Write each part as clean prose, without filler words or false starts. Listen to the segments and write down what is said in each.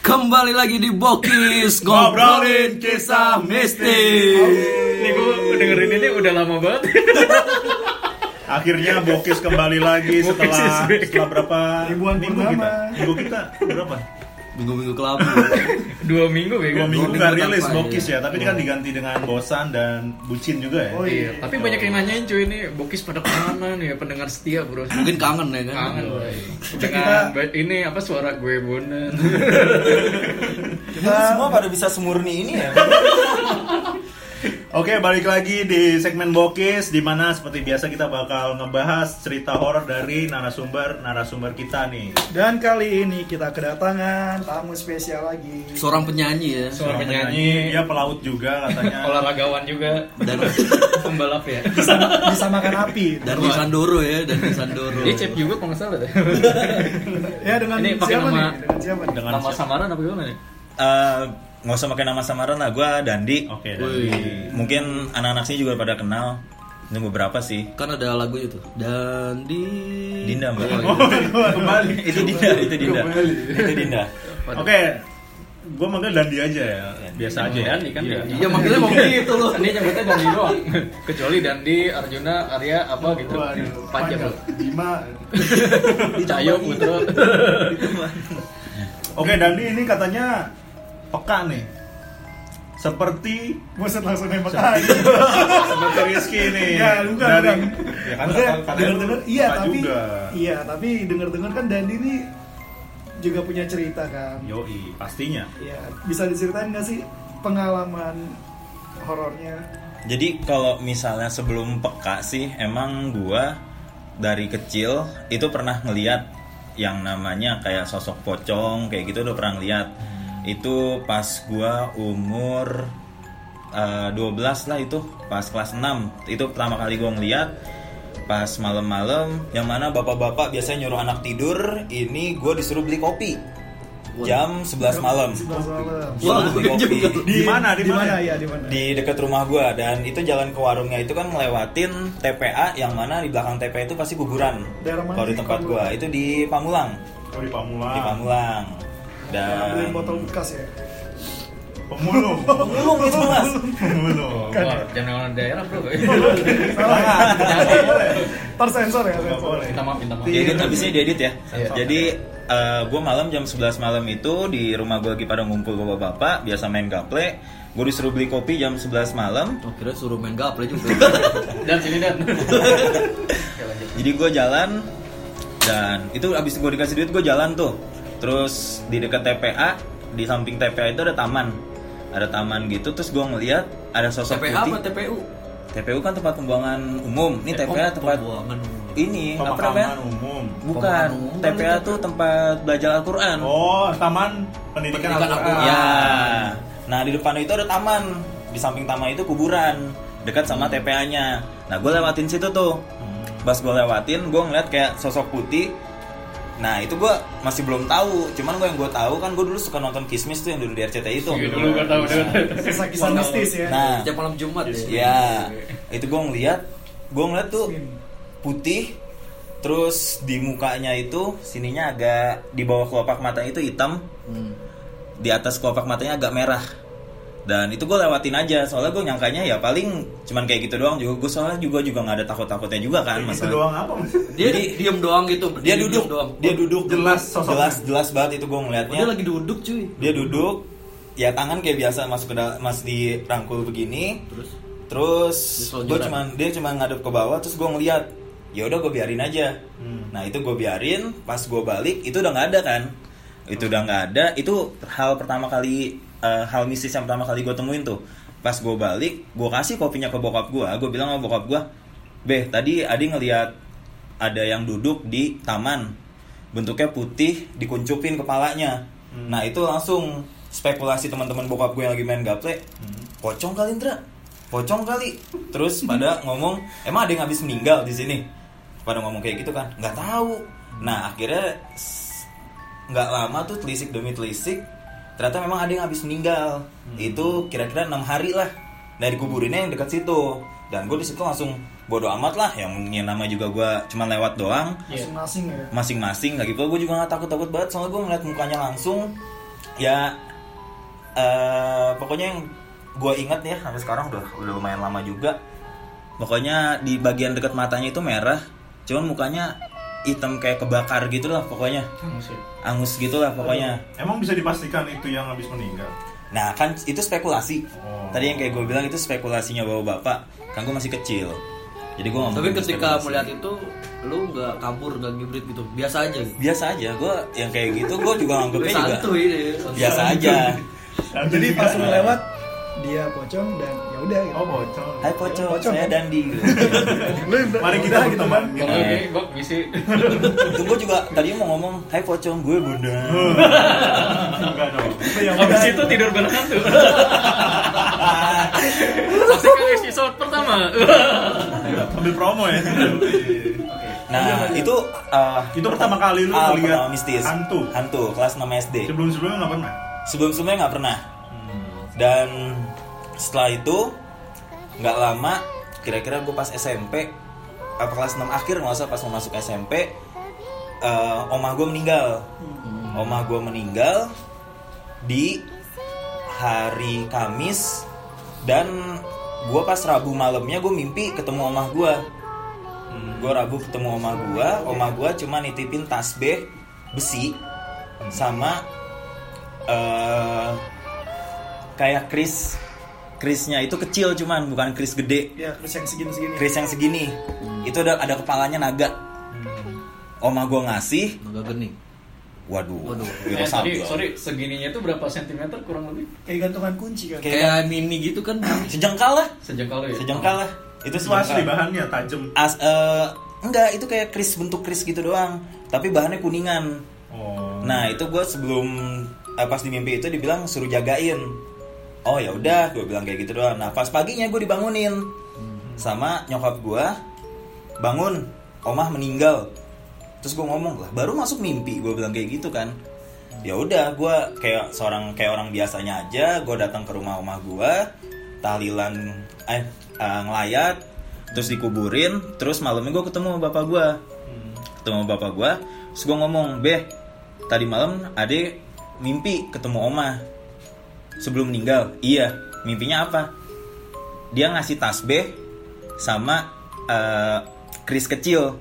Kembali lagi di Bokis ngobrolin kisah mistis. Ini gue dengerin ini udah lama banget. Akhirnya Bokis kembali lagi setelah berapa ribuan minggu purnama. kita berapa? Minggu-minggu kelabu. 2 minggu Dua kayaknya. minggu minggu nggak rilis tanpa, Bokis ya, tapi ini kan diganti dengan Bosan dan Bucin juga ya. Oh Iya, tapi banyak yang nanyain cuy ini Bokis pada kemana nih ya, pendengar setia bro. Mungkin kangen ya kan. Kangen bro. Dengan ini apa suara gue bonan. Kita semua pada bisa semurni ini ya. Oke, balik lagi di segmen Bokis, di mana seperti biasa kita bakal ngebahas cerita horor dari narasumber kita nih. Dan kali ini kita kedatangan tamu spesial lagi. Seorang penyanyi ya. Seorang penyanyi, Dia pelaut juga katanya. olahragawan juga, Dan pembalap ya. Disamakan api. dan di Sandoro ya, dan di Sandoro. Dia chef juga kalau nggak salah deh. Ya dengan Ini pakai siapa nama- nih? Dengan siapa nih? Dengan Nama samaran apa gimana nih? Nggak usah pakai nama samaran lah, gue Dandi. Oke, Wih. Mungkin anak-anak sini juga pada kenal. Ini beberapa sih. Kan ada lagunya tuh. Dan di Dinda mbak. kembali. Itu Dinda. Itu Dinda. Oke, gue manggil Dandi aja ya. Biasa aja ya. Dandi kan ya. Iya manggilnya mau gitu loh. Ini nyebutnya Dandi doang. Kecuali Dandi, Arjuna, Arya apa gitu. Waduh, Panjang bro. Bima. Cahyo Putra. Oke, Dandi ini katanya peka nih. Seperti Buset langsung nembak aja. seperti Rizky nih. Ya, bukan. Ya kan Maksudnya katanya dengar-dengar iya peka tapi juga. iya tapi dengar-dengar kan Dandi ini juga punya cerita kan. Yoi, pastinya. Iya, bisa diceritain nggak sih pengalaman horornya? Jadi kalau misalnya sebelum peka sih, emang gue dari kecil itu pernah ngeliat yang namanya kayak sosok pocong kayak gitu, udah pernah ngeliat. Itu pas gua umur 12 lah, itu pas kelas 6. Itu pertama kali gua ngeliat pas malam-malam, yang mana bapak-bapak biasanya nyuruh anak tidur, ini gua disuruh beli kopi jam 11 malam. 11 malam. Gua beli kopi Di mana? Di mana? Ya, di mana? di dekat rumah gua, dan itu jalan ke warungnya itu kan ngelewatin TPA, yang mana di belakang TPA itu pasti kuburan. Daerah mana Kalau di sih tempat kuburan? gua itu di Pamulang. Oh, di Pamulang. Di Pamulang. Beliin Dan botol bekas ya. Pemulung. Pemulung itu mas. Pemulung. Wah, jangan orang daerah bro. Tersensor ya, Nggak sensor. boleh. Minta maaf. Diedit, habisnya diedit ya. Iya. Jadi gue malam jam 11 malam itu di rumah gue lagi pada ngumpul bapak-bapak biasa main gaple. Gue disuruh beli kopi jam 11 malam. Oh, kira suruh main gaple juga. Dan sini dan. Jadi gue jalan, dan itu abis gue dikasih duit gue jalan tuh. Terus di dekat TPA, di samping TPA itu ada taman. Ada taman gitu, terus gue ngeliat ada sosok TPA putih. apa TPU? TPU kan tempat pembuangan umum. Ini TPA tempat Pembuangan umum. ini apa Pemakaman namanya? umum. Bukan, Pemakaman umum TPA kan tuh tempat belajar Al-Quran. Oh, Taman Pendidikan Pendidikan Al-Quran. Ya. Nah, di depan itu ada taman. Di samping taman itu kuburan, dekat sama TPA-nya. Nah, gue lewatin situ tuh. Pas gue lewatin, gue ngeliat kayak sosok putih. Nah, itu gue masih belum tahu. Cuman yang gue tahu kan, gue dulu suka nonton Kismis tuh yang dulu di RCTI itu. Iya, dulu gua tahu deh. Kisah-kisah mistis ya. Nah, Setiap malam Jumat ya. ya, itu gue ngeliat tuh putih. Terus di mukanya itu, sininya agak di bawah kelopak matanya itu hitam. Di atas kelopak matanya agak merah. Dan itu gue lewatin aja, soalnya gue nyangkanya ya paling cuman kayak gitu doang juga. Gue soalnya juga nggak ada takut-takutnya juga kan. Itu Masalah. doang apa Mas? Dia Jadi- diem doang gitu. Dia berdiri duduk, diem doang. dia duduk Jelas sosoknya. jelas banget itu gue Oh, ngeliatnya. dia lagi duduk cuy. Dia duduk, ya tangan kayak biasa masuk ke masih dirangkul begini. Terus Selonjoran. dia cuma ngadep ke bawah, terus gue ngeliat, ya udah gue biarin aja. Nah itu gue biarin, pas gue balik itu udah nggak ada kan. Itu udah nggak ada. Itu hal pertama kali, hal mistis yang pertama kali gue temuin tuh. Pas gue balik, gue kasih kopinya ke bokap gue. Gue bilang sama bokap gue, "Beh, tadi Adi ngeliat ada yang duduk di taman, bentuknya putih, dikuncupin kepalanya." Nah itu langsung spekulasi teman-teman bokap gue yang lagi main gaple, pocong kali Indra, pocong kali. Terus pada ngomong, emang ada yang habis meninggal di sini? Pada ngomong kayak gitu kan, nggak tahu. Nah akhirnya nggak lama tuh telisik demi telisik, ternyata memang ada yang habis meninggal. Itu kira-kira 6 hari lah dari kuburinnya yang dekat situ. Dan gue di situ langsung bodo amat lah, yang nama juga gue cuma lewat doang. Masing-masing ya. Masing-masing lagi pula gue juga nggak takut banget, soalnya gue ngeliat mukanya langsung. Ya pokoknya yang gue inget ya sampai sekarang udah lumayan lama juga. Pokoknya di bagian dekat matanya itu merah, cuman mukanya hitam kayak kebakar gitu lah pokoknya. Angus gitu lah pokoknya. Emang bisa dipastikan itu yang habis meninggal? Nah kan itu spekulasi. Oh. Tadi yang kayak gue bilang itu spekulasinya bapak-bapak. Kan gue masih kecil. Jadi gue Tapi ketika melihat itu, lu nggak kabur, nggak ngibrit gitu, biasa aja. biasa aja, gue yang kayak gitu gue juga nganggepnya juga Santuy deh. biasa aja. Jadi pas lu lewat dia pocong dan ya udah gitu. Oh, pocong. Hai pocong, Pocong, saya kan? Dandi. Mari kita berteman. Kalau ini bak misi. Itu gue juga tadi mau ngomong, hai pocong, gue bunda. Enggak dong. Itu yang Habis itu tidur berhantu. Saksikan episode pertama. ambil promo ya. Nah itu Itu pertama kali lu ngeliat pertama mistis. hantu? Kelas 6 SD. Sebelum-sebelumnya nggak pernah? Sebelum-sebelumnya nggak pernah. Dan setelah itu nggak lama, kira-kira gue pas SMP, kelas 6 akhir nggak usah, pas mau masuk SMP, omah gue meninggal. Omah gue meninggal di hari Kamis, dan gue pas Rabu malamnya gue mimpi ketemu omah gue. Gue Rabu ketemu omah gue cuma nitipin tasbih besi sama kayak krisnya itu kecil, cuman bukan kris gede. Ya, terus yang segini-segini. Kris yang segini. Itu ada kepalanya naga. Oma gue ngasih. Naga gening. Waduh. Eh, sorry, segininya itu berapa sentimeter kurang lebih? Kayak gantungan kunci kan. Kayak mini gitu kan. Sejengkal lah. Sejengkal ya. Sejengkal lah. Itu Itu asli sejengkal. bahannya tajam. Enggak, itu kayak bentuk kris gitu doang. Tapi bahannya kuningan. Oh. Nah itu gue sebelum pas di mimpi itu dibilang suruh jagain. Oh ya udah, gue bilang kayak gitu doang. Nah pas paginya gue dibangunin sama nyokap gue, bangun, omah meninggal. Terus gue ngomong lah, baru masuk mimpi, gue bilang kayak gitu kan. Ya udah, gue kayak orang biasanya aja, gue datang ke rumah omah gue, tahlilan, ngelayat, terus dikuburin, terus malamnya gue ketemu sama bapak gue. Terus gue ngomong, Beh, tadi malam Ade mimpi ketemu Oma sebelum meninggal. Iya, mimpinya apa? Dia ngasih tasbih sama kris kecil.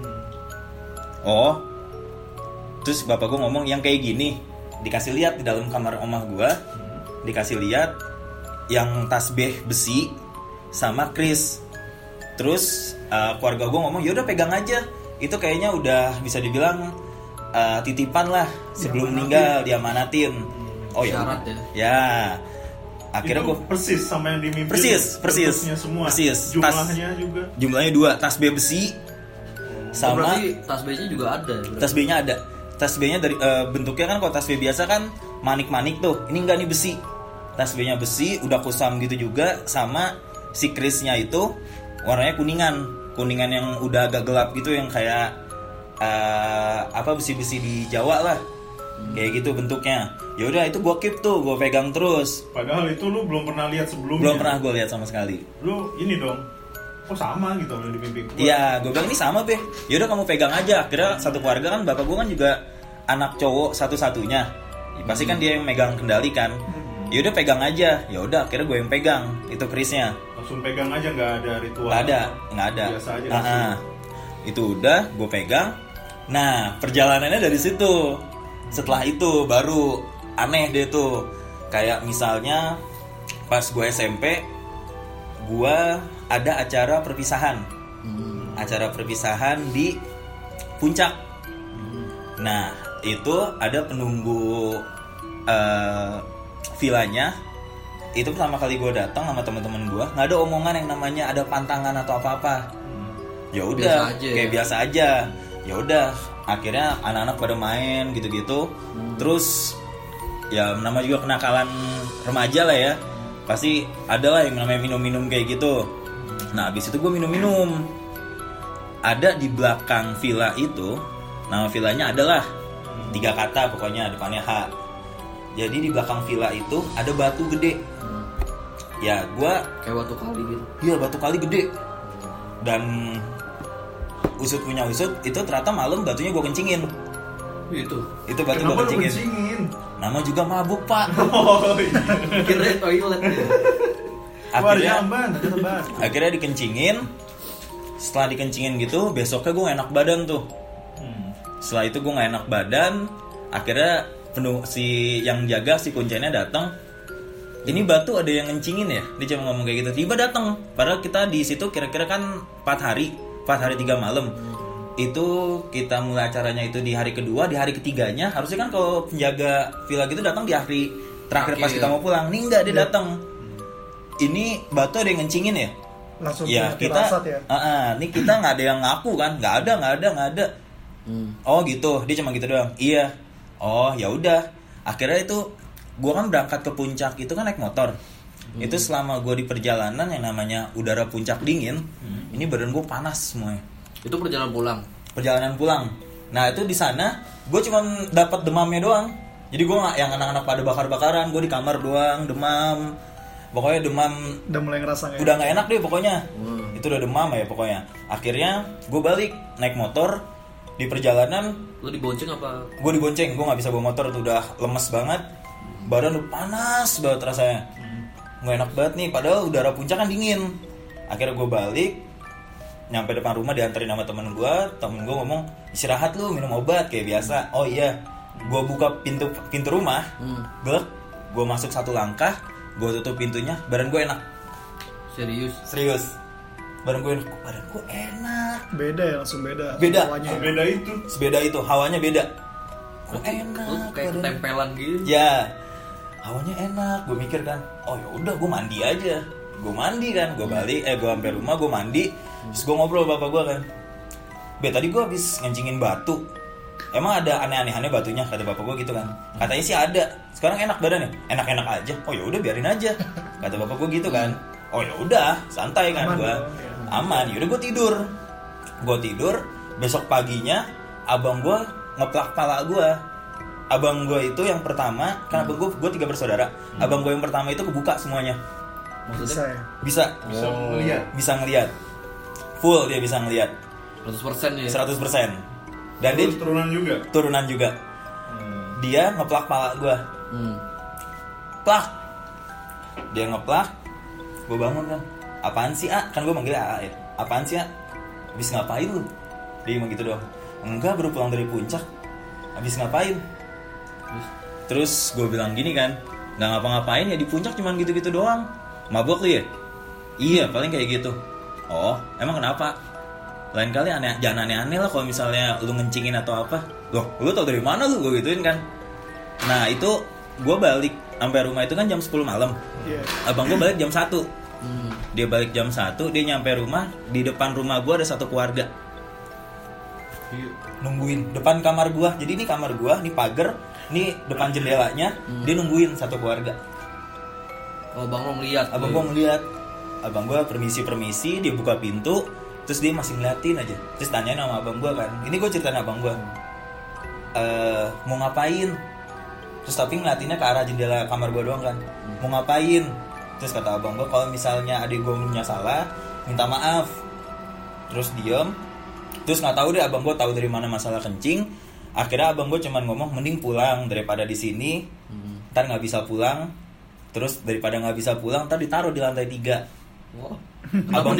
Oh, terus bapak gue ngomong yang kayak gini. Dikasih lihat di dalam kamar omah gue, dikasih lihat yang tasbih besi sama kris. Terus keluarga gue ngomong, yaudah pegang aja. Itu kayaknya udah bisa dibilang titipan lah sebelum meninggal, diamanatin. Oh ya. Syarat ya. Ya. Akhirnya itu gue persis sama yang dimimpi. Persis. Bentuknya semua. Persis. Jumlahnya juga. Jumlahnya 2, tasbih besi sama Berarti tasbihnya juga ada. Berarti. tasbihnya ada. Tasbihnya dari bentuknya kan kalau tasbih biasa kan manik-manik tuh. Ini enggak nih besi. Tasbihnya besi, udah kusam gitu juga, sama si krisnya itu warnanya kuningan yang udah agak gelap gitu, yang kayak besi-besi di Jawa lah. Kayak gitu bentuknya. Ya udah itu gue keep tuh, gue pegang terus. Padahal itu lu belum pernah lihat sebelumnya. Belum pernah gue lihat sama sekali. Lu ini dong. Oh sama gitu yang di mimpi gua. Iya, gue bilang ini sama Beh. Yaudah kamu pegang aja. Akhirnya satu keluarga kan, bapak gue kan juga anak cowok satu-satunya. Ya, pasti kan dia yang megang kendali kan. Yaudah pegang aja. Ya udah akhirnya gue yang pegang itu krisnya. Langsung pegang aja, nggak ada ritual. Nggak ada. Biasa aja. Itu udah gue pegang. Nah perjalanannya dari situ. Setelah itu baru aneh deh tuh. Kayak misalnya pas gue SMP, gue ada acara perpisahan. Acara perpisahan di Puncak. Nah itu ada penunggu villanya. Itu pertama kali gue datang sama teman-teman gue, nggak ada omongan yang namanya ada pantangan atau apa-apa. Ya udah, kayak biasa aja. Ya udah, akhirnya anak-anak pada main gitu-gitu. Terus ya nama juga kenakalan remaja lah ya. Pasti ada lah yang namanya minum-minum kayak gitu. Nah abis itu gue minum-minum. Ada di belakang villa itu, nama villanya adalah 3 kata pokoknya, depannya H. Jadi di belakang villa itu ada batu gede. Ya gue Kayak batu kali gitu. iya batu kali gede. Dan usut itu ternyata malam batunya gue kencingin. Itu. Itu batu gue Kenapa lu kencingin. kencingin? nama juga mabuk pak. Oh iya. Kira toilet. Akhirnya dikencingin. Setelah dikencingin gitu, besoknya gue gak enak badan tuh. Setelah itu gue gak enak badan. Akhirnya si yang jaga, si kuncinya datang. Ini batu ada yang ngencingin ya? Dia cuma ngomong kayak gitu. Tiba datang. Padahal kita di situ kira-kira kan 4 hari 3 malam. Itu kita mulai acaranya itu di hari kedua. Di hari ketiganya harusnya kan kalau penjaga villa gitu datang di hari terakhir pas kita mau pulang. Nih enggak, dia datang. Ini batu ada yang ngencingin ya? Langsung ya kita ini kita nggak ada yang ngaku kan, nggak ada. Oh gitu, dia cuma gitu doang. Iya. Oh ya udah. Akhirnya itu gue kan berangkat ke puncak itu kan naik motor. Itu selama gue di perjalanan yang namanya udara puncak dingin, ini badan gue panas semuanya. Itu Perjalanan pulang. Nah itu di sana gue cuma dapat demamnya doang. Jadi gue nggak yang anak-anak pada bakar-bakaran, gue di kamar doang demam. Pokoknya demam udah mulai ngerasa udah nggak enak deh pokoknya. Itu udah demam ya pokoknya. Akhirnya gue balik naik motor. Di perjalanan lu dibonceng apa? Gue dibonceng, gue nggak bisa bawa motor tuh, udah lemes banget, badan udah panas banget rasanya, nggak enak banget nih. Padahal udara puncak kan dingin. Akhirnya gue balik, nyampe depan rumah dianterin sama temen gue ngomong istirahat lu, minum obat kayak biasa. Oh iya, gue buka pintu rumah, gue masuk 1 langkah. Gue tutup pintunya, badan gue enak. Serius. Badan gue enak. Beda ya, langsung beda. Hawanya Sebeda itu, hawanya beda. Kok enak. Lu kayak ketempelan gitu. Ya, hawanya enak. Gue mikir kan, oh ya udah gue mandi aja. Gue mandi kan, gue balik, gue sampai rumah gue mandi. Terus gue ngobrol sama bapak gue kan. Tadi gue habis ngencingin batu. Emang ada aneh-aneh batunya, kata bapak gue gitu kan. Katanya sih ada. Sekarang enak badannya, enak-enak aja. Oh ya udah biarin aja, kata bapak gue gitu kan. Oh ya udah, santai kan gue, aman. Yaudah gue tidur. Besok paginya abang gue ngeplak pala gue. Abang gue itu yang pertama, kan abang gue 3 bersaudara. Abang gue yang pertama itu kebuka semuanya. Maksudnya? Bisa ngelihat. Full dia bisa ngelihat. 100% ya. 100%. Dan dia turunan juga. Dia ngeplak pala gue. Plak. Dia ngeplak. Gue bangun kan. Apaan sih kan gue manggil A ya. Apaan sih habis ngapain lu? Dia emang gitu doang. Enggak, baru pulang dari puncak. Habis ngapain? Terus gue bilang gini kan, nggak ngapa-ngapain ya, di puncak cuman gitu-gitu doang. Mabok lu ya? Iya paling kayak gitu. Oh emang kenapa? Lain kali jangan aneh-aneh lah kalau misalnya lu ngencingin atau apa. Loh, lu tau dari mana lu? Gue gituin kan. Nah itu gue balik sampai rumah itu kan jam 10 malam. Abang gue balik jam 1. Dia balik jam 1, dia nyampe rumah. Di depan rumah gue ada satu keluarga nungguin depan kamar gue. Jadi ini kamar gue, ini pagar, ini depan jendelanya. Dia nungguin satu keluarga. Oh, abang lo ngeliat. Abang gue ngeliat. Abang gue permisi, dia buka pintu. Terus dia masih ngeliatin aja. Terus tanyain sama abang gue kan. Ini gue ceritain abang gue, mau ngapain? Terus tapi ngeliatinnya ke arah jendela kamar gue doang kan. Mau ngapain? Terus kata abang gue, kalau misalnya adik gue punya salah, minta maaf. Terus diem. Terus nggak tahu deh abang gue tahu dari mana masalah kencing. Akhirnya abang gue cuman ngomong, mending pulang daripada di sini. Ntar nggak bisa pulang. Terus daripada nggak bisa pulang, ntar ditaruh di lantai 3. Wow. Abang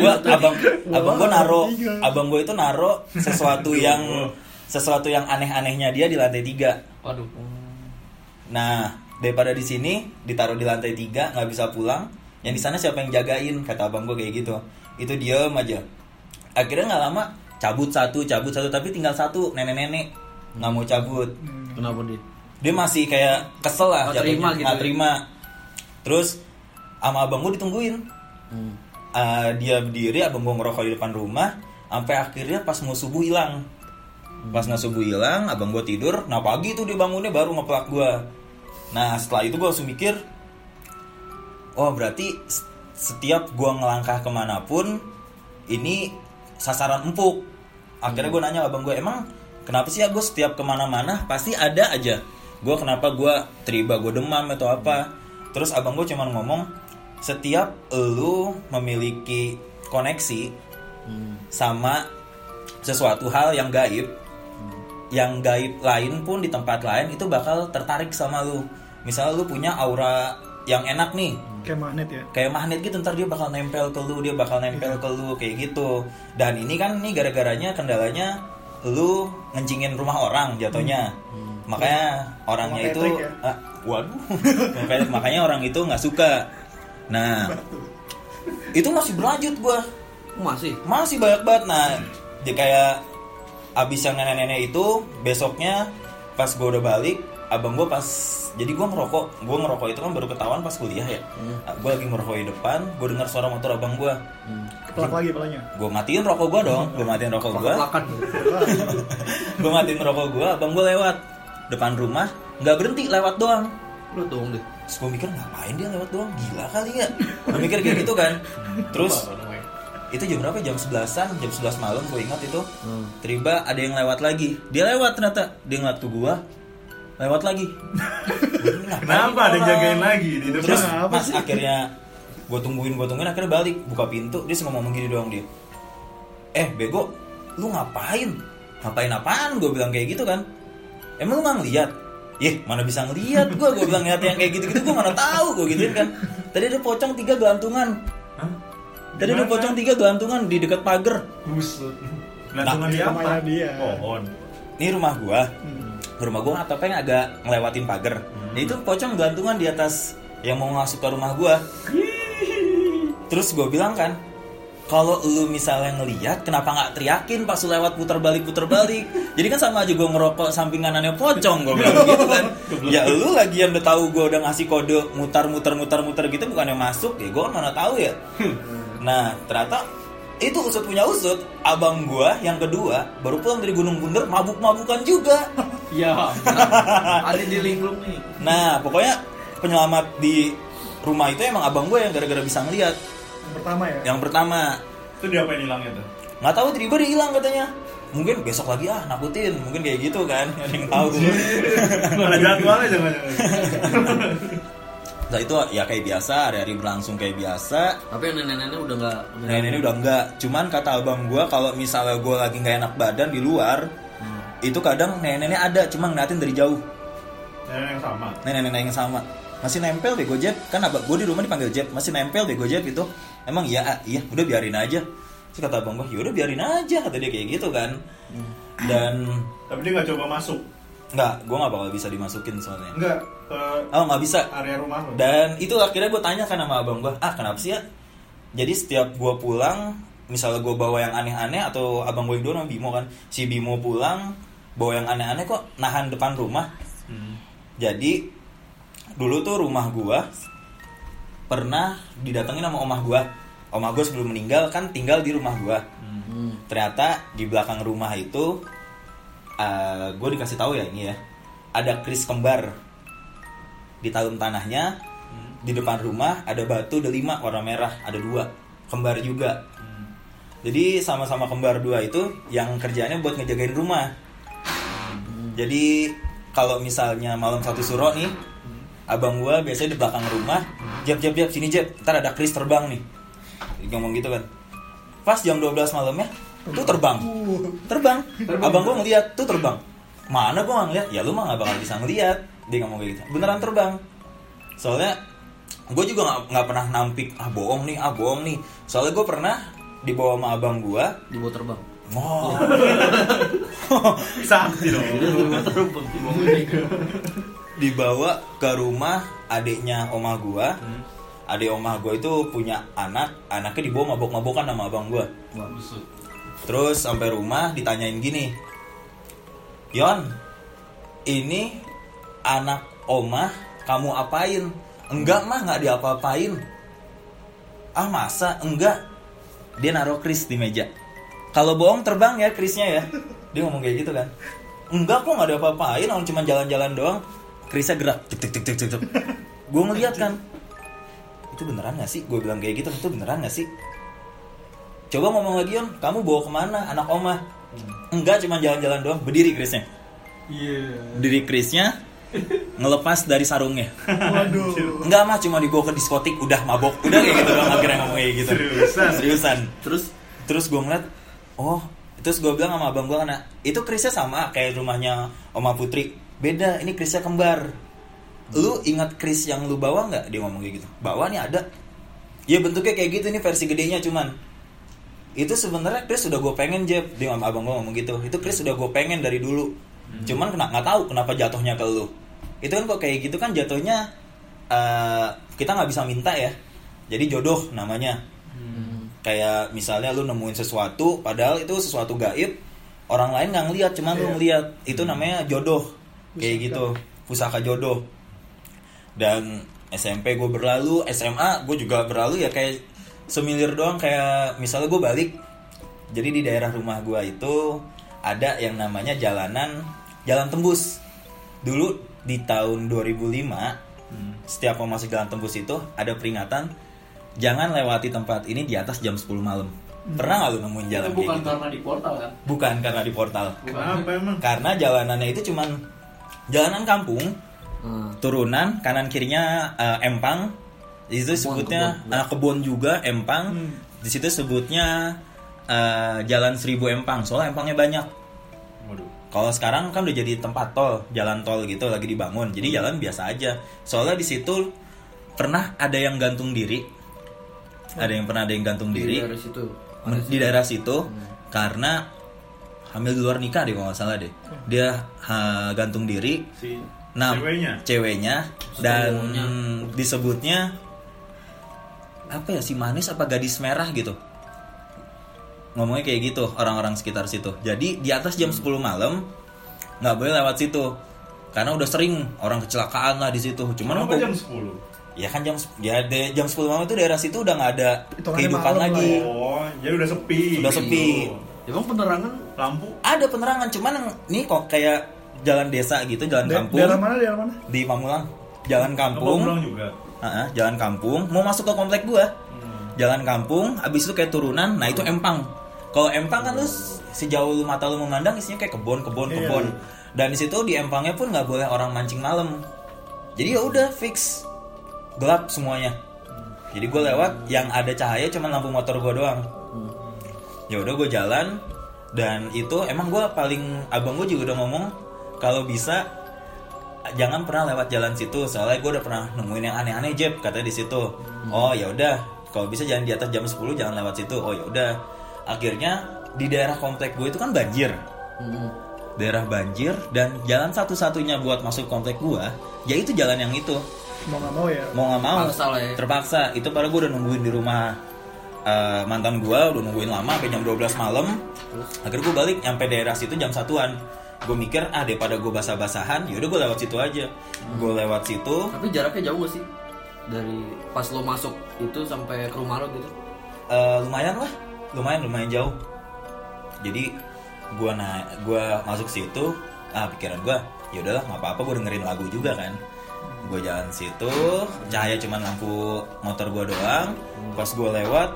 gue itu naro sesuatu yang aneh-anehnya dia di lantai 3. Waduh. Nah, daripada di sini ditaruh di lantai 3 nggak bisa pulang, yang di sana siapa yang jagain? Kata abang gue kayak gitu. Itu diem aja. Akhirnya nggak lama cabut satu, tapi tinggal satu, nenek-nenek nggak mau cabut. Kenapa dia masih kayak kesel lah, nggak terima. Terus sama abang gue ditungguin. Dia berdiri, abang gue ngerokok di depan rumah. Sampai akhirnya pas mau subuh hilang. Abang gue tidur. Nah pagi tuh dia bangunnya baru ngeplak gue. Nah setelah itu gue langsung mikir, oh berarti setiap gue ngelangkah kemanapun ini sasaran empuk. Akhirnya gue nanya abang gue, emang kenapa sih ya gue setiap kemana-mana pasti ada aja gue, kenapa gue tiba gue demam atau apa. Terus abang gue cuman ngomong, setiap lu memiliki koneksi sama sesuatu hal yang gaib, yang gaib lain pun di tempat lain itu bakal tertarik sama lu. Misalnya lu punya aura yang enak nih, Kayak magnet ya. kayak magnet gitu, ntar dia bakal nempel ke lu, kayak gitu. Dan ini kan nih gara-garanya kendalanya lu ngencingin rumah orang jatuhnya. Makanya orangnya Sama itu Patrick ya? waduh. makanya orang itu nggak suka. Nah, itu masih berlanjut gua. Masih banyak banget. Nah, dia kayak abis yang nenek-nenek itu, besoknya pas gua udah balik, abang gua pas, jadi gua ngerokok itu kan baru ketahuan pas kuliah ya. Gua lagi ngerokok di depan, gua dengar suara motor abang gua. Keplak lagi palanya. Gua matiin rokok gua dong, Gua matiin rokok gua, abang gua lewat depan rumah, nggak berhenti, lewat doang. Lu dong deh. Terus gua mikir ngapain dia lewat doang, gila kali ya. Gua mikir kayak gitu kan. Terus itu jam berapa? Jam 11-an, jam 11 malam gue ingat itu. Tiba ada yang lewat lagi. Dia lewat ternyata, dia ngeliat ke gua, lewat lagi. Kenapa ada yang jagain lagi di depan? Terus Kenapa pas sih? akhirnya gue tungguin akhirnya balik, buka pintu, dia cuma ngomong gini doang dia. Bego, lu ngapain apaan? Gue bilang kayak gitu kan. Emang lu nggak ngeliat? Mana bisa ngeliat gue bilang ngeliat yang kayak gitu-gitu, gue mana tahu, gue gituin kan. Tadi ada pocong 3 gelantungan. Tadi ada pocong 3 gelantungan di dekat pagar. Buset. Gelantungan di apa? Rumahnya dia. Pohon. Ini rumah gua. Rumah gua atapnya agak ngelewatin pagar. Nah, itu pocong gelantungan di atas yang mau masuk ke rumah gua. Terus gua bilang kan, kalau lu misalnya ngeliat, kenapa nggak teriakin pas lu lewat putar balik? Jadi kan sama aja gua ngerokok samping kanannya pocong, gua bilang gitu kan. Ya lu lagian udah tahu gua udah ngasih kode mutar gitu, bukannya masuk, ya gua kan mana tahu ya. Nah, ternyata itu usut punya usut, abang gua yang kedua baru pulang dari Gunung Bunder, mabuk-mabukan juga. Ya, ada di linglung nih. Nah, pokoknya penyelamat di rumah itu emang abang gua yang gara-gara bisa ngeliat. Yang pertama ya. Yang pertama. Itu dia apa yang hilangnya tuh? Nggak tahu tiba-tiba dia hilang katanya. Mungkin besok lagi nakutin, mungkin kayak gitu kan, ada yang tahu. Mana jadwalnya jangan-jangan. Nah itu ya kayak biasa, hari-hari berlangsung kayak biasa. Tapi yang nenek-nenek udah nggak. Nenek-nenek udah enggak. Cuman kata abang gua kalau misalnya gua lagi nggak enak badan di luar, itu kadang nenek-nenek ada, cuma ngeliatin dari jauh. Nenek-nenek yang sama. Masih nempel bego Jeb, kan abang gua di rumah dipanggil Jeb, masih nempel bego Jeb itu. Emang iya, udah biarin aja. Terus kata abang gua, ya udah biarin aja, kata dia kayak gitu kan. Dan Tapi dia nggak coba masuk. nggak, gue nggak bakal bisa dimasukin soalnya. Nggak ke Nggak bisa. area rumah lo. Dan itu akhirnya gue tanya kan sama abang gue, kenapa sih ya? Jadi setiap gue pulang, misalnya gue bawa yang aneh-aneh, atau abang gue yang dulu namanya Bimo kan, si Bimo pulang bawa yang aneh-aneh kok nahan depan rumah. Jadi dulu tuh rumah gue pernah didatengin sama omah gue. Omah gue sebelum meninggal kan tinggal di rumah gue. Ternyata di belakang rumah itu gue dikasih tahu ya ini ya, ada keris kembar di dalam tanahnya. Di depan rumah ada batu delima warna merah, ada 2 kembar juga. Jadi sama-sama kembar 2 itu yang kerjaannya buat ngejagain rumah. Jadi kalau misalnya malam 1 suro nih, abang gue biasanya di belakang rumah, Jeb sini Jeb, ntar ada keris terbang nih, ngomong gitu kan. Pas jam 12 malamnya tuh terbang. Abang gue ngeliat tuh terbang. Mana gue nggak ngeliat? Ya lu mah nggak bakal bisa ngeliat. Dia ngomong kayak gitu. Beneran terbang. Soalnya gue juga nggak pernah nampik bohong nih. Soalnya gue pernah dibawa sama abang gue. Dibawa terbang. Sakti dong. Dibawa ke rumah adiknya omah gue. Adik omah gue itu punya anaknya dibawa mabok-mabokan sama abang gue. Terus sampai rumah ditanyain gini, Yon, ini anak omah kamu apain? Enggak mah, nggak diapa-apain. Masa? Enggak. Dia naruh keris di meja. Kalau bohong terbang ya kerisnya ya. Dia ngomong kayak gitu kan. Enggak kok, nggak ada apa-apain, orang cuma jalan-jalan doang. Kerisnya gerak, tek. Gue ngeliat kan, itu beneran nggak sih? Gue bilang kayak gitu, itu beneran nggak sih? Coba ngomong lagi Yon, kamu bawa kemana anak omah? Enggak, cuma jalan-jalan doang. Berdiri kerisnya. Berdiri kerisnya, ngelepas dari sarungnya. Waduh. Enggak mah, cuma dibawa ke diskotik, udah mabok. Udah kayak gitu doang akhirnya ngomong kayak gitu. Seriusan. Terus gue ngeliat, Terus gue bilang sama abang gue karena itu krisnya sama kayak rumahnya Oma Putri. Beda, ini krisnya kembar. Lu ingat kris yang lu bawa nggak? Dia ngomong kayak gitu. Bawa nih ada. Ya bentuknya kayak gitu, ini versi gedenya cuman. Itu sebenarnya kris udah gue pengen Jeb. Dia sama abang gue ngomong gitu. Itu kris udah gue pengen dari dulu. Cuman nggak tahu kenapa jatuhnya ke lu. Itu kan kok kayak gitu kan jatuhnya kita nggak bisa minta ya. Jadi jodoh namanya. Kayak misalnya lu nemuin sesuatu padahal itu sesuatu gaib, orang lain nggak ngelihat, cuman lu ngelihat. Itu namanya jodoh. Kayak gitu, pusaka jodoh. Dan SMP gue berlalu, SMA gue juga berlalu ya kayak semilir doang. Kayak misalnya gue balik, jadi di daerah rumah gue itu ada yang namanya jalan tembus. Dulu di tahun 2005 setiap mau masuk jalan tembus itu ada peringatan jangan lewati tempat ini di atas jam 10 malam. Pernah nggak lu nemuin jalan Itu bukan kayak gitu? karena di portal kan? Bukan karena di portal. Kenapa emang? Karena jalanannya itu cuman jalanan kampung, turunan, kanan kirinya empang. Di situ sebutnya kebun juga empang. Di situ sebutnya jalan 1000 empang. Soalnya empangnya banyak. Waduh. Kalau sekarang kan udah jadi tempat tol, jalan tol gitu lagi dibangun. Jadi jalan biasa aja. Soalnya di situ pernah ada yang gantung diri. Ada yang gantung diri di daerah situ karena hamil di luar nikah deh kalau nggak salah deh. Dia gantung diri. Si Nah, ceweknya dan disebutnya apa ya, si manis apa gadis merah gitu. Ngomongnya kayak gitu orang-orang sekitar situ. Jadi di atas jam 10 malam nggak boleh lewat situ karena udah sering orang kecelakaan lah di situ. Cuman Kenapa jam 10? Ya kan jam 10 malam itu daerah situ udah nggak ada kehidupan lagi. Oh, jadi udah sepi. Sudah sepi. Emang penerangan Lampu. Ada penerangan, cuman nih kok kayak jalan desa gitu, jalan kampung. Daerah mana? Di Pamulang. Jalan kampung. Pamulang juga. Jalan kampung, mau masuk ke komplek gua. Jalan kampung, abis itu kayak turunan, nah itu empang. Kalau empang kan lu sejauh mata lu memandang isinya kayak kebun. Dan di situ di empangnya pun nggak boleh orang mancing malam. Jadi ya udah fix gelap semuanya. Jadi gue lewat yang ada cahaya cuma lampu motor gue doang. Ya udah gue jalan dan itu emang gue abang gue juga udah ngomong kalau bisa jangan pernah lewat jalan situ soalnya gue udah pernah nemuin yang aneh-aneh Jeb katanya di situ. Oh ya udah kalau bisa jangan di atas jam 10 jangan lewat situ. Oh ya udah akhirnya di daerah komplek gue itu kan banjir. Daerah banjir dan jalan satu-satunya buat masuk komplek gue yaitu jalan yang itu. Mau nggak mau ya. Terpaksa. Itu padahal gue udah nungguin di rumah mantan gue, udah nungguin lama sampai jam 12 malam. Akhirnya gue balik nyampe daerah situ jam 1-an. Gue mikir daripada gue basah-basahan, yaudah gue lewat situ aja. Gue lewat situ. Tapi jaraknya jauh gak sih? Dari pas lo masuk itu sampai ke rumah lo gitu? Lumayan lah, lumayan jauh. Jadi gue masuk situ, pikiran gue, yaudahlah nggak apa-apa, gue dengerin lagu juga kan. Gue jalan situ, cahaya cuman lampu motor gue doang. Pas gue lewat,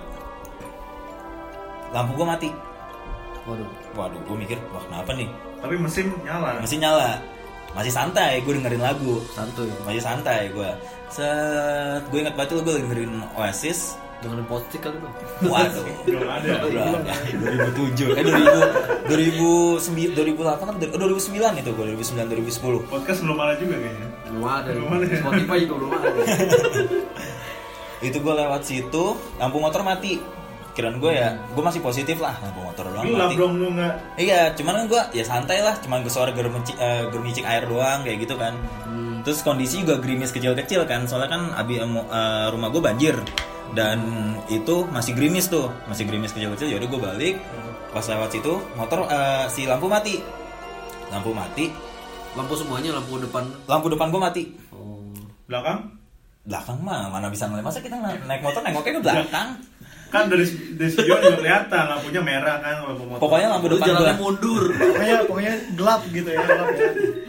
lampu gue mati. Waduh, gue mikir, wah kenapa nih? Tapi mesin nyala. Masih santai, gue dengerin lagu. Masih santai gue. Gue ingat banget gue dengerin Oasis. Dengerin Postik kali bang. Waduh. Belum ada. 2007, 2008 kan 2009 itu gue 2009 2010. Podcast belum ada juga kayaknya. Belum ada. Belum ada. Spotify juga belum ada. Itu gue lewat situ, lampu motor mati. Kiraan gue ya, gue masih positif lah, lampu motor doang Gelap mati. dong lu nggak? Iya, cuman kan gue ya santai lah, cuman gue suara germicik air doang kayak gitu kan. Terus kondisi juga gerimis kecil-kecil kan, soalnya kan rumah gue banjir dan itu masih gerimis kecil-kecil. Yaudah gue balik, pas lewat situ motor si lampu mati. Lampu semuanya, lampu Depan gue mati. Belakang mah mana bisa ngeliat, masa kita naik motor nengoknya ke belakang. kan dari studio juga kelihatan lampunya merah kan lampu motor. Pokoknya lampu depan gue jalannya mundur. Pokoknya gelap gitu ya, gelap ya.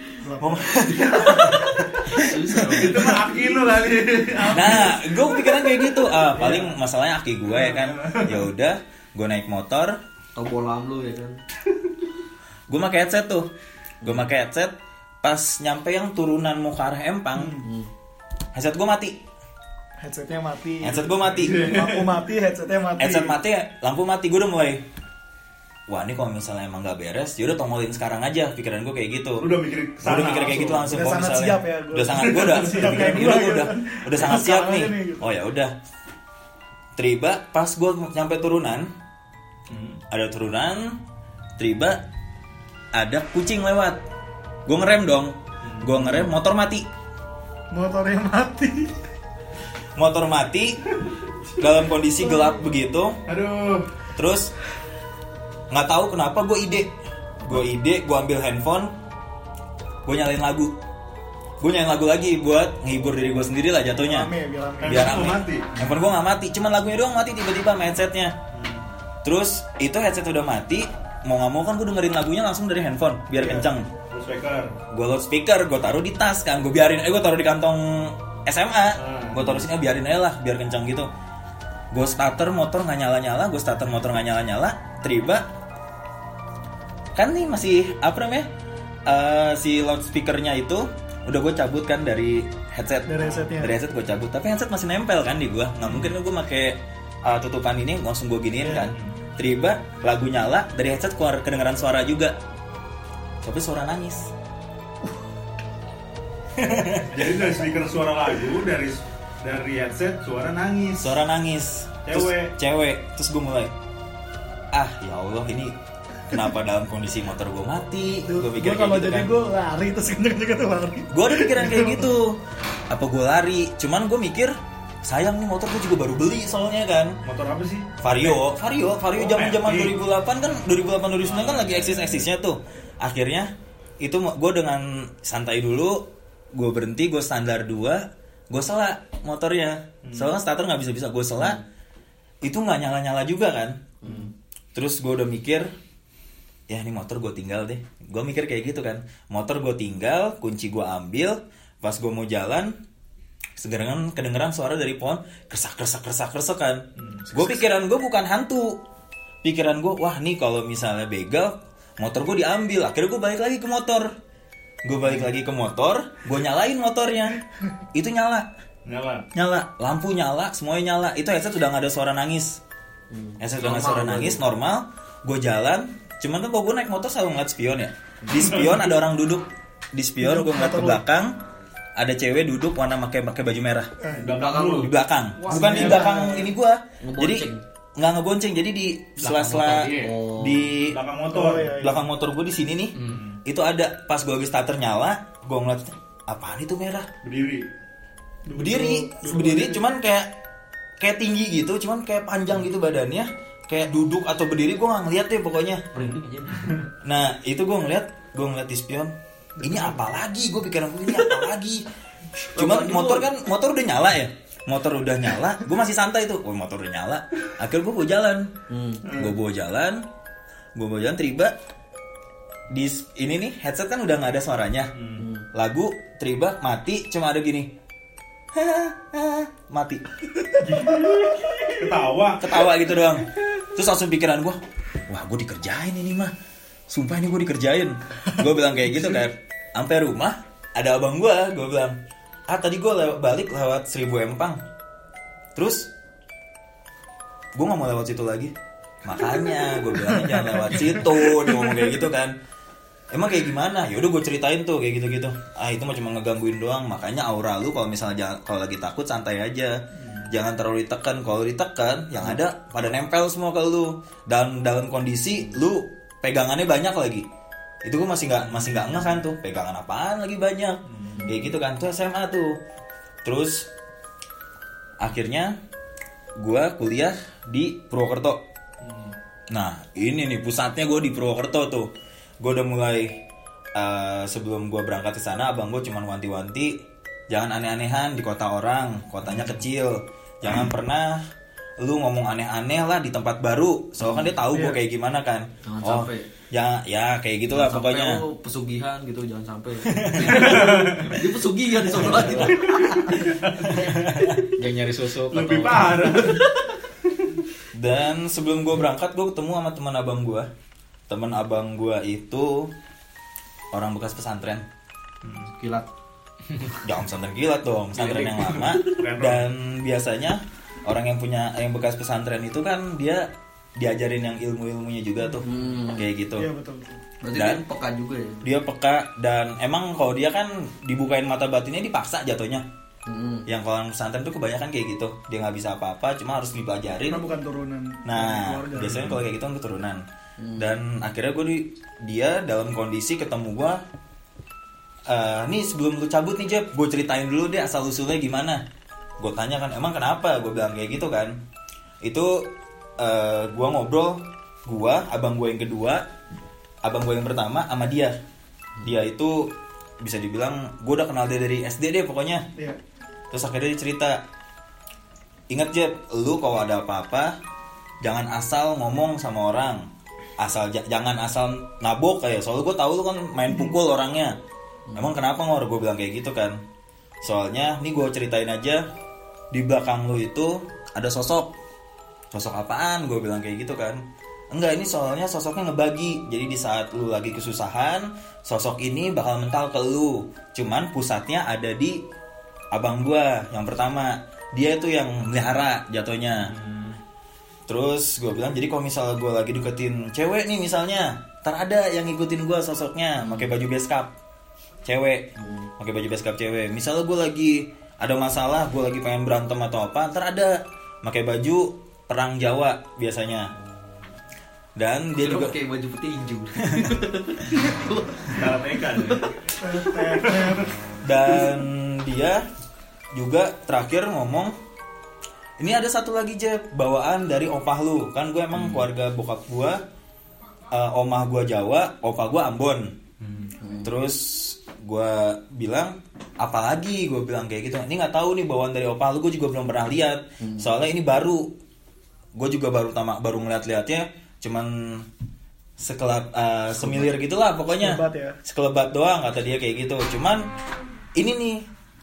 Itu mah aki lu kali. Nah, gue pikiran kayak gitu. Paling masalahnya aki gue ya kan. Ya udah, gue naik motor. Tombol lam lu ya kan. Gue pakai headset tuh. Pas nyampe yang turunan mau ke arah Empang, headset gue mati. Headsetnya mati. Headset gue mati. Lampu mati, headsetnya mati. Headset mati, lampu mati. Gue udah mulai wah ini kalau misalnya emang nggak beres, yaudah tongolin sekarang aja. Pikiran gue kayak gitu. Udah mikir kesana, udah mikir kayak gitu langsung. Udah Kalau sangat misalnya siap ya, gua. udah sangat gue udah Siap pikiran kayak gitu, gua gue gitu. udah sangat siap Sekarang nih. aja nih, gitu. Oh ya udah. Tiba pas gue nyampe turunan, ada turunan, tiba ada kucing lewat. Gue ngerem dong. Gue ngerem, motor mati. Motornya mati. Motor mati dalam kondisi gelap begitu. Aduh. Terus nggak tahu kenapa gue ambil handphone, gue nyalain lagu lagi buat ngehibur diri gue sendiri lah jatuhnya. Biar Handphone rame. mati. Handphone gue nggak mati, cuman lagunya doang mati tiba-tiba sama headsetnya. Terus itu headset udah mati, mau nggak mau kan gue dengerin lagunya langsung dari handphone biar kenceng. Gue loudspeaker, gue taruh di tas kan, gue taruh di kantong SMA, gue taruh sini biarin aja lah biar kenceng gitu. Gue starter motor nggak nyala, tiba kan nih masih apa namanya si loudspeakernya itu udah gue cabut kan dari headset gue cabut, tapi headset masih nempel kan di gue, nggak mungkin gue pakai tutupan ini langsung gue giniin kan. Tiba lagu nyala, dari headset keluar kedengeran suara juga, tapi suara nangis. Jadi dari speaker suara lagu, dari headset suara nangis. Cewek. Terus gue mulai, ya Allah ini kenapa dalam kondisi motor gue mati? Gue pikir kayak kalau gitu jadi kan. gue lari terus kenceng-kenceng tuh lari. Gue ada pikiran kayak gitu. Apa gue lari? Cuman gue mikir, sayang nih motor gue juga baru beli soalnya kan. Motor apa sih? Vario zaman 2008 kan, 2008 2009 kan lagi eksis-eksisnya tuh. Akhirnya itu gue dengan santai dulu, gue berhenti, gue standar 2, gue sela motornya. Soalnya starter nggak bisa gue sela, itu nggak nyala juga kan. Terus gue udah mikir, ya ini motor gue tinggal deh. Gue mikir kayak gitu kan, motor gue tinggal, kunci gue ambil, pas gue mau jalan, kedengeran suara dari pohon kersak kan. Gue pikiran gue bukan hantu, pikiran gue, wah nih kalau misalnya begal motor gue diambil. Akhirnya gue balik lagi ke motor, gue nyalain motornya, itu nyala, lampu nyala, semuanya nyala. Itu headset udah nggak ada suara nangis, normal. Gue jalan, cuman kan kalau gue naik motor selalu ngeliat spion ya. Di spion ada orang duduk, gue ngeliat ke belakang, ada cewek duduk warna pakai baju merah di belakang. Bukan di belakang ini gue, jadi nggak ngebonceng, jadi di sela-sela di belakang motor gue di sini nih. Itu ada, pas gue lagi starter nyala, gue ngeliat apaan itu merah, berdiri, cuman kayak tinggi gitu, cuman kayak panjang gitu badannya, kayak duduk atau berdiri, gue nggak ngeliat deh pokoknya. Nah itu gue ngeliat di spion, ini apa lagi? Gue pikiran gue, ini apa lagi? Cuman motor udah nyala ya. Motor udah nyala, gue masih santai tuh. Motor udah nyala. Akhirnya gue bawa jalan. Tiba di ini nih headset kan udah nggak ada suaranya. Lagu tiba mati, cuma ada gini. Mati. Ketawa gitu doang. Terus langsung pikiran gue, wah gue dikerjain ini mah. Sumpah ini gue dikerjain. Gue bilang kayak gitu kan. Sampai rumah ada abang gue bilang, tadi gue balik lewat 1000 Empang. Terus gue gak mau lewat situ lagi. Makanya gue bilangnya jangan lewat situ. Dia ngomong kayak gitu kan. Emang kayak gimana? Ya udah gue ceritain tuh kayak gitu-gitu. Itu mah cuma ngegangguin doang. Makanya aura lu kalau misalnya kalau lagi takut santai aja. Jangan terlalu ditekan. Kalau ditekan yang ada pada nempel semua ke lu. Dan dalam kondisi lu pegangannya banyak lagi. Itu gue masih nggak ngeh kan tuh, pegangan apaan lagi banyak, kayak gitu kan. Tuh SMA tuh. Terus akhirnya gue kuliah di Purwokerto. Nah ini nih pusatnya gue di Purwokerto tuh. Gue udah mulai sebelum gue berangkat ke sana, abang gue cuman wanti-wanti, jangan aneh-anehan di kota orang, kotanya kecil, jangan pernah lu ngomong aneh-aneh lah di tempat baru. Soalnya kan dia tahu gue kayak gimana kan. Jangan sampai. Ya kayak gitulah pokoknya. Sampai pesugihan gitu, jangan sampai. Dia pesugihan soalnya gitu. Yang nyari susu Lebih parah. Dan sebelum gue berangkat, gue ketemu sama teman abang gue. Teman abang gue itu orang bekas pesantren. Kilat. Jangan pesantren kilat dong, pesantren yang lama. Dan biasanya orang yang bekas pesantren itu kan dia diajarin yang ilmu-ilmunya juga tuh. Kayak gitu. Iya betul. Berarti Dan dia peka juga ya. dia peka, dan emang kalau dia kan dibukain mata batinnya dipaksa jatuhnya. Yang kalau orang pesantren tuh kebanyakan kayak gitu, dia nggak bisa apa-apa, cuma harus dipelajarin. Karena bukan turunan. Nah, keluarga. biasanya kalau kayak gitu kan keturunan. Dan akhirnya dia dalam kondisi ketemu gue. Nih sebelum lu cabut nih Jeb, gue ceritain dulu deh asal usulnya gimana. Gue tanya kan, emang kenapa? Gue bilang kayak gitu kan. Itu gue ngobrol, abang gue yang kedua, abang gue yang pertama sama dia. Dia itu bisa dibilang gue udah kenal dia dari SD deh pokoknya. Iya. Terus akhirnya dia cerita, ingat Jeb, lu kalau ada apa-apa jangan asal ngomong sama orang, jangan asal nabok kayak. Soalnya gue tahu lu kan main pukul orangnya. Emang kenapa Ngor? Gue bilang kayak gitu kan. Soalnya nih gue ceritain aja, di belakang lu itu ada sosok apaan? Gue bilang kayak gitu kan. Enggak, ini soalnya sosoknya ngebagi. Jadi di saat lu lagi kesusahan, sosok ini bakal mental ke lu. Cuman pusatnya ada di abang gua yang pertama. Dia itu yang melihara jatuhnya. Terus gue bilang, jadi kalau misalnya gue lagi deketin cewek nih misalnya, ntar ada yang ngikutin gue sosoknya, pakai baju beskap cewek, pakai baju beskap cewek. Misalnya gue lagi ada masalah, gue lagi pengen berantem atau apa, ntar ada pakai baju perang Jawa biasanya. Dan dia juga pakai baju petinju. Karateka. Dan dia juga terakhir ngomong, ini ada satu lagi Jeb, bawaan dari opah lu. Kan gue emang keluarga bokap gue, omah gue Jawa, opah gue Ambon. Terus gue bilang, apalagi gue bilang kayak gitu, ini nggak tahu nih bawaan dari opah lu, gue juga belum pernah lihat. Soalnya ini baru, gue juga baru ngeliat-liatnya, cuman semilir gitulah pokoknya. Sekelebat ya. Sekelebat doang kata dia kayak gitu. Cuman ini nih,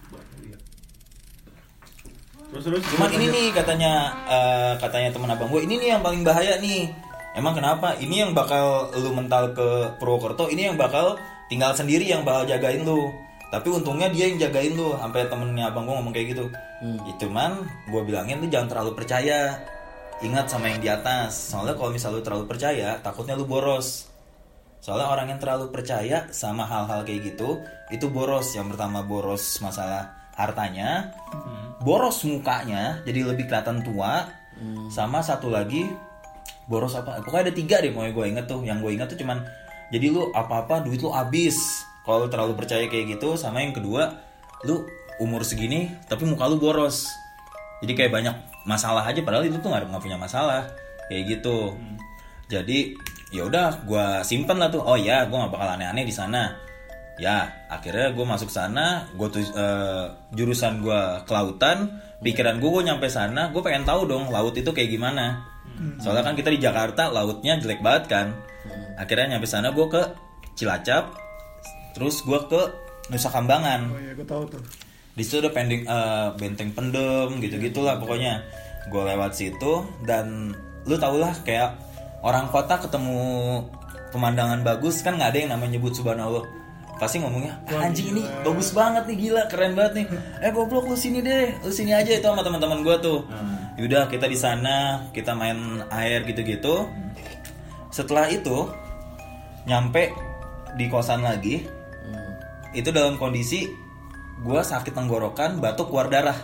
cuman ini nih katanya teman abang gue, ini nih yang paling bahaya nih. Emang kenapa? Ini yang bakal lu mental ke Purwokerto, ini yang bakal tinggal sendiri, yang bakal jagain lu. Tapi untungnya dia yang jagain lu. Sampai temennya abang gue ngomong kayak gitu. Cuman gue bilangin lu jangan terlalu percaya, ingat sama yang di atas. Soalnya kalau misalnya lu terlalu percaya, takutnya lu boros. Soalnya orang yang terlalu percaya sama hal-hal kayak gitu, itu boros. Yang pertama boros masalah hartanya, boros mukanya, jadi lebih kelihatan tua. Sama satu lagi boros apa? Pokoknya ada 3 deh, mau gue inget tuh. Yang gue inget tuh cuman, jadi lu apa-apa duit lu habis kalau lu terlalu percaya kayak gitu. Sama yang kedua, lu umur segini tapi muka lu boros, jadi kayak banyak masalah aja, padahal itu tuh nggak punya masalah kayak gitu. Jadi ya udah gue simpen lah tuh. Oh ya, gue nggak bakal aneh-aneh di sana. Ya akhirnya gue masuk sana, gue tuh jurusan gue kelautan. Pikiran gue nyampe sana, gue pengen tahu dong laut itu kayak gimana. Soalnya kan kita di Jakarta lautnya jelek banget kan. Akhirnya nyampe sana gue ke Cilacap, terus gue ke Nusa Kambangan. Oh iya, gue tahu tuh. Di situ ada benteng pendem gitu-gitulah pokoknya. Gue lewat situ, dan lu tau lah kayak orang kota ketemu pemandangan bagus kan nggak ada yang namanya nyebut subhanallah. Pasti ngomongnya, anjing ini bagus banget nih, gila keren banget nih. Goblok lu sini deh, lu sini aja. Itu sama teman-teman gue tuh. Yaudah kita di sana, kita main air gitu-gitu. Setelah itu nyampe di kosan lagi, itu dalam kondisi gue sakit tenggorokan, batuk, keluar darah.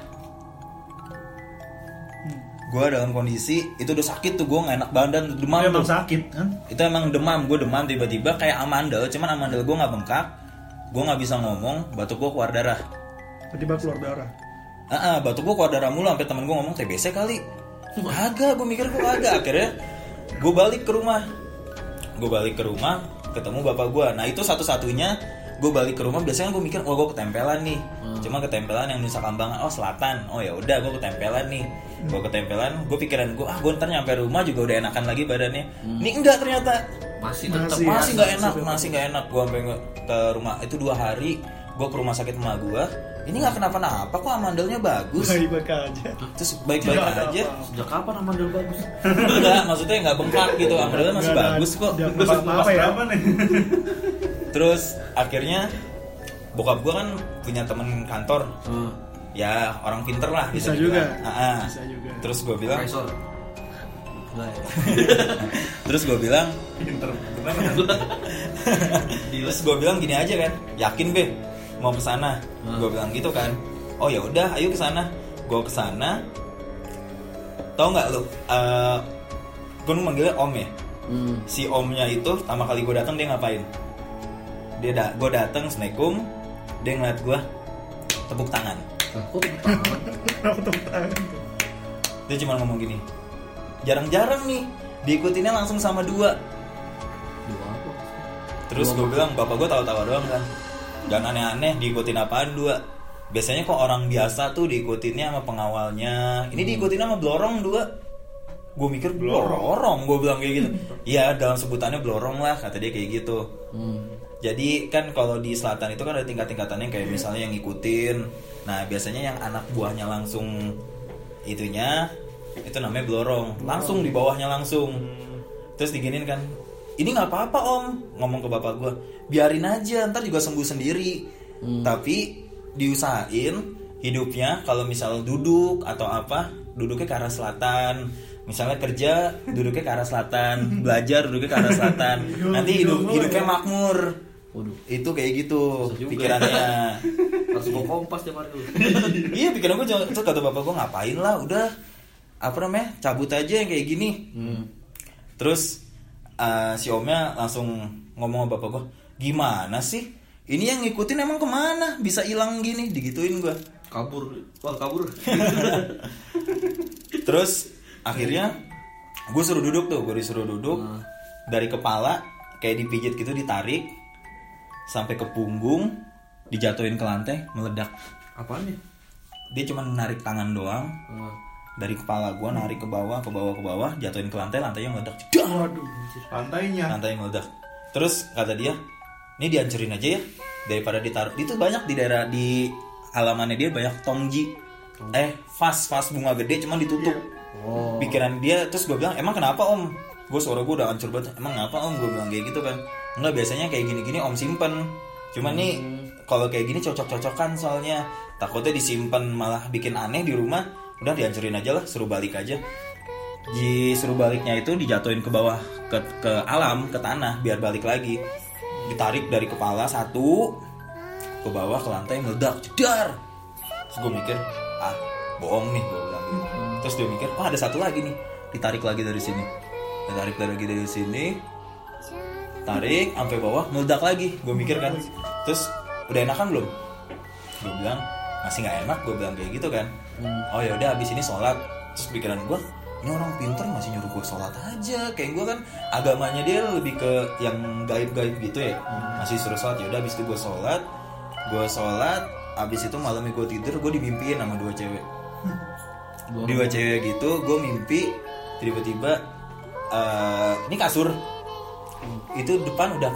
Gue dalam kondisi itu udah sakit tuh, gue nggak enak badan, demam. Emang tuh. sakit kan? Itu emang demam, gue demam tiba-tiba kayak amandel, cuman amandel gue nggak bengkak, gue nggak bisa ngomong, batuk gue keluar darah. Tiba-tiba keluar darah. Batuk gue keluar darah mulu, sampai temen gue ngomong TBC kali. Agak, gue mikir gue agak. Akhirnya gue balik ke rumah, ketemu bapak gue. Nah itu satu-satunya gue balik ke rumah. Biasanya gue mikir, oh gue ketempelan nih. Cuma ketempelan yang Nusa Kambangan, oh selatan. Oh ya udah, gue ketempelan nih. Gue ketempelan, gue pikiran gue, gue ntar nyampe rumah juga udah enakan lagi badannya. Ini enggak, ternyata Masih tetap masih nggak enak. Gue sampai ke rumah itu 2 hari. Gue ke rumah sakit emak gue. Ini nggak kenapa-napa kok, amandelnya bagus. Baik-baik aja. Terus baik-baik aja. Sejak kapan amandel bagus? Enggak, maksudnya nggak bengkak gitu, amandelnya masih Nggak ada bagus kok. diagnosa apa ya? Berapa nih? Terus akhirnya bokap gue kan punya temen kantor, ya orang pinter lah Bisa gitu juga. dibilang. Bisa juga. Terus gue bilang, Profesor. Terus gue bilang, Pinter. terus gue bilang gini aja kan, yakin be mau kesana? Gue bilang gitu kan. Oh ya udah, ayo kesana. Gue kesana. Tahu nggak lu? Gue manggilnya Om ya. Si Omnya itu pertama kali gue datang dia ngapain? Gue datang Assalamualaikum, dia ngeliat gue tepuk tangan. Kenapa tepuk tangan? Dia cuma ngomong gini, jarang-jarang nih diikutinnya langsung sama 2. Terus gue bilang, bapak gue tawa-tawa doang kan, jangan aneh-aneh diikutin apaan 2. Biasanya kok orang biasa tuh diikutinnya sama pengawalnya, ini diikutin sama blorong 2. Gue mikir blorong, gue bilang kayak gitu. Iya, dalam sebutannya blorong lah, kata dia kayak gitu. Jadi kan kalau di selatan itu kan ada tingkat-tingkatannya, kayak misalnya yang ngikutin. Nah biasanya yang anak buahnya langsung itunya, itu namanya blorong. Langsung di bawahnya langsung. Terus diginin kan, ini nggak apa-apa om, ngomong ke bapak gue, biarin aja, ntar juga sembuh sendiri. Tapi diusahain hidupnya kalau misal duduk atau apa, duduknya ke arah selatan. Misalnya kerja, duduknya ke arah selatan. Belajar, duduknya ke arah selatan. Nanti hidupnya makmur. Itu kayak gitu pikirannya. Harus bawa kompas tiap hari. Iya, pikiran gue. Terus kata bapak gue, ngapain lah, udah apa namanya, cabut aja yang kayak gini. Terus si omnya langsung ngomong sama bapak gue, gimana sih, ini yang ngikutin emang kemana, bisa hilang gini, digituin gue. Kabur. Terus akhirnya gue disuruh duduk dari kepala kayak dipijit gitu, ditarik sampai ke punggung, dijatuhin ke lantai, meledak. Apaan nih? Dia cuma narik tangan doang, dari kepala gue narik ke bawah, jatuhin ke lantai, lantainya meledak. Waduh, Pantainya. Lantainya meledak. Terus kata dia, ini dihancurin aja ya, daripada ditaruh. Itu banyak di daerah, di halamannya dia banyak tongji, vas bunga gede cuman ditutup. Pikiran dia. Terus gue bilang, emang kenapa om? Suara gue udah hancur banget. Emang kenapa om? Gue bilang kayak gitu kan. Enggak, biasanya kayak gini-gini om simpen. Cuman nih kalau kayak gini cocok-cocokan, soalnya takutnya disimpan malah bikin aneh di rumah. Udah dihancurin aja lah, suruh balik aja. Disuruh baliknya itu dijatuhin ke bawah, ke alam, ke tanah, biar balik lagi. Ditarik dari kepala satu ke bawah ke lantai, meledak, jedar. Terus gue mikir, bohong nih, gue bilang gitu. Terus dia mikir, ada satu lagi nih, ditarik lagi dari sini, tarik sampai bawah, meledak lagi. Gue mikir kan, terus udah enakan belum? Gue bilang masih nggak enak, gue bilang kayak gitu kan. Oh ya udah, habis ini sholat. Terus pikiran gue, ini orang pinter masih nyuruh gue sholat aja. Kayak gue kan agamanya dia lebih ke yang gaib-gaib gitu ya. Masih suruh sholat. Ya udah, habis itu gue sholat. Habis itu malamnya gue tidur, gue dimimpiin sama 2 cewek. 2 cewek gitu, gue mimpi tiba-tiba ini kasur. Itu depan udah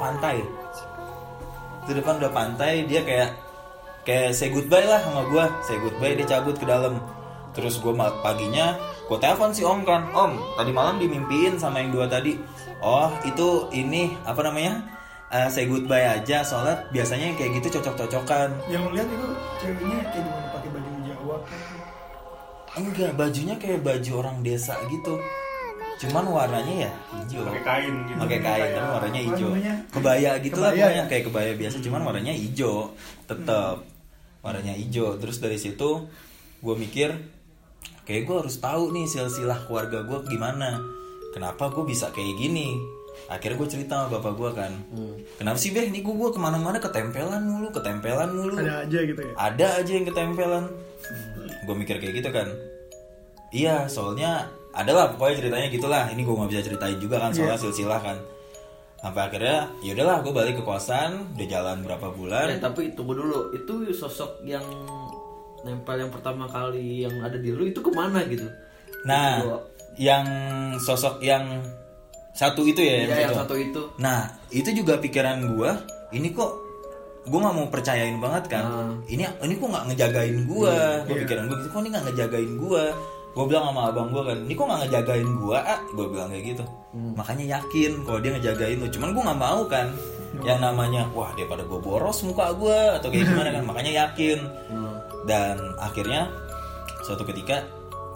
pantai. Dia kayak say goodbye lah sama gue. Say goodbye, dia cabut ke dalam. Terus gue paginya gue telepon si om kan, om tadi malam dimimpiin sama yang 2 tadi. Oh itu ini apa namanya, say goodbye aja, soalnya biasanya yang kayak gitu cocok-cocokan. Yang lihat itu ceweknya kayak gimana, pakai baju Jawa? Enggak, bajunya kayak baju orang desa gitu, cuman warnanya ya hijau. Pakai kain gitu. Pakai kain, tapi warnanya hijau. Kebaya gitu lah pokoknya, kayak kebaya biasa, cuman warnanya hijau. Tetap warnanya hijau. Terus dari situ gue mikir, kayak gue harus tahu nih silsilah keluarga gue gimana, kenapa gue bisa kayak gini. Akhirnya gue cerita sama bapak gue kan, kenapa sih nih gue kemana-mana ketempelan mulu. Ada aja gitu ya? Ada aja yang ketempelan. Gue mikir kayak gitu kan. Iya, soalnya adalah pokoknya ceritanya gitulah. Ini gue nggak bisa ceritain juga kan, soalnya silsilah kan. Sampai akhirnya yaudahlah, gue balik ke kosan. Udah jalan berapa bulan. Tapi tunggu dulu, itu sosok yang nempel yang pertama kali yang ada di lu itu kemana gitu? Nah, yang sosok yang satu itu ya? Iya, yang satu itu. Nah, itu juga pikiran gue. Ini kok gue nggak mau percayain banget kan. Ini kok nggak ngejagain gue. Gue pikiran gue gitu, kok ini nggak ngejagain gue. Gue bilang sama abang gue kan, ini kok nggak ngejagain gue? Gue bilang kayak gitu. Makanya yakin kalau dia ngejagain lu. Cuman gue nggak mau kan. Yang namanya, wah daripada gue boros muka gue atau kayak gimana kan. Makanya yakin. Dan akhirnya suatu ketika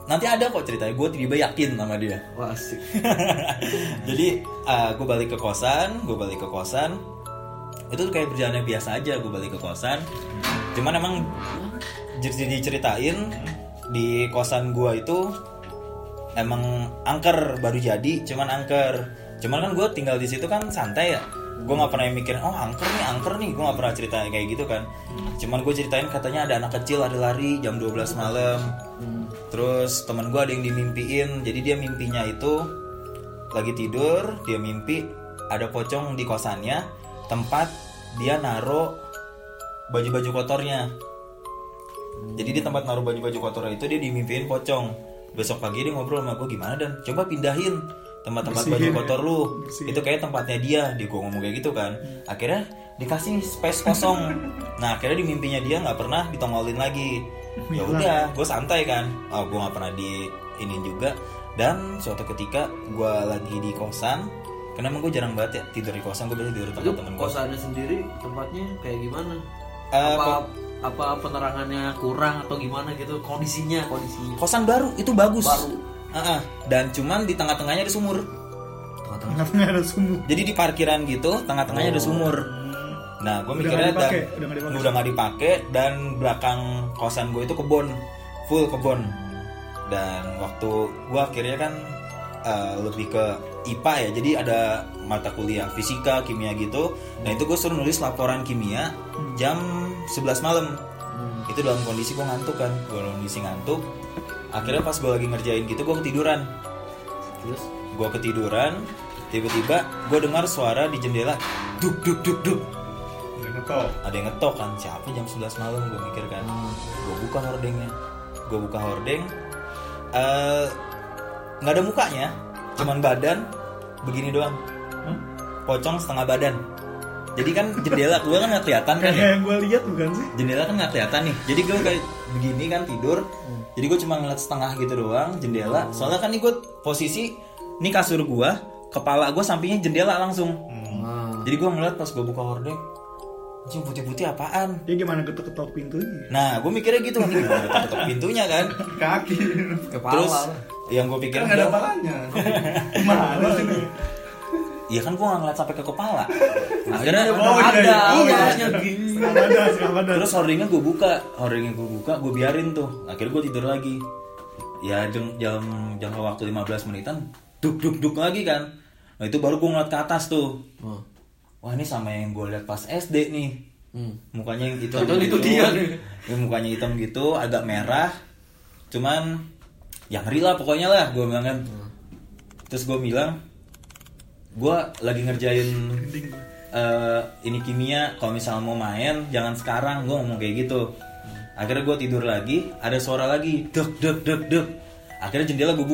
nanti ada kok ceritanya. Gue tiba-tiba yakin sama dia. Wah, asik. Jadi gue balik ke kosan. Itu kayak berjalannya biasa aja. Gue balik ke kosan. Cuman emang diceritain di kosan gue itu emang angker baru jadi. Cuman kan gue tinggal di situ kan santai ya. Gue nggak pernah mikir angker nih. Gue nggak pernah cerita kayak gitu kan. Cuman gue ceritain katanya ada anak kecil lari jam 12 malam. Terus teman gue ada yang dimimpiin. Jadi dia mimpinya itu lagi tidur, dia mimpi ada pocong di kosannya, tempat dia naruh baju-baju kotornya. Jadi di tempat naruh baju-baju kotornya itu dia dimimpiin pocong. Besok pagi dia ngobrol sama gue, gimana Dan? Coba pindahin tempat-tempat baju kotor lu. Itu kayak tempatnya dia. Dia gue ngomong kayak gitu kan. Akhirnya dikasih space kosong. Nah akhirnya di mimpinya dia nggak pernah ditongolin lagi. Ya udah, gue santai kan. Gue nggak pernah diinin juga. Dan suatu ketika gue lagi di kosan, karena emang gue jarang banget ya tidur di kosan. Gue biasanya tidur di tempat temen gue. Kosannya sendiri tempatnya kayak gimana? Apa penerangannya kurang atau gimana gitu? Kondisinya. Kosan baru itu bagus. Dan cuman di tengah-tengahnya ada sumur. Tengah-tengah ada sumur. Jadi di parkiran gitu, tengah-tengahnya ada sumur. Nah, gue mikirnya udah nggak dipakai dan belakang kosan gue itu kebon, full kebon. Dan waktu gue akhirnya kan lebih ke IPA ya, jadi ada mata kuliah fisika, kimia gitu. Nah itu gue suruh nulis laporan kimia jam 11 malam. Itu dalam kondisi gue ngantuk kan, Akhirnya pas gue lagi ngerjain gitu gue ketiduran. Terus gue ketiduran, tiba-tiba gue dengar suara di jendela, duk. Ada yang ngetok kan, siapa jam 11 malam gue mikir kan. Gue buka hordeng, nggak ada mukanya, cuman badan begini doang, pocong setengah badan. Jadi kan jendela gue kan nggak kelihatan kan ya. Yang gue lihat bukan sih? Jendela kan nggak kelihatan nih, jadi gue kayak begini kan tidur. Jadi gue cuma ngeliat setengah gitu doang jendela. Soalnya kan nih gue posisi nih kasur gue, kepala gue sampingnya jendela langsung. Jadi gue ngeliat pas gue buka hordeng, anjing putih-putih apaan? Dia gimana ketok-ketok pintunya? Nah, gue mikirnya gitu kan, gimana ketok pintunya kan? Kaki. kepala. Terus yang gue pikirin Kan ada palanya. Gimana sih? Iya kan gue gak ngeliat sampai ke kepala. Akhirnya Ada gini. Ada. terus hordengnya gue buka, gue biarin tuh. Akhirnya gue tidur lagi. Ya jangka waktu 15 menitan, duk lagi kan. Nah itu baru gue ngeliat ke atas tuh. Wah ini sama yang gue lihat pas SD nih. Mukanya yang itu dia nih. Ya, mukanya hitam gitu, agak merah. Cuman ya ngeri lah pokoknya lah, gue bilang kan. Terus gue bilang, gue lagi ngerjain ini kimia, kalau misalnya mau main jangan sekarang, gue ngomong kayak gitu. Akhirnya gue tidur lagi, ada suara lagi, duk. Akhirnya jendela gue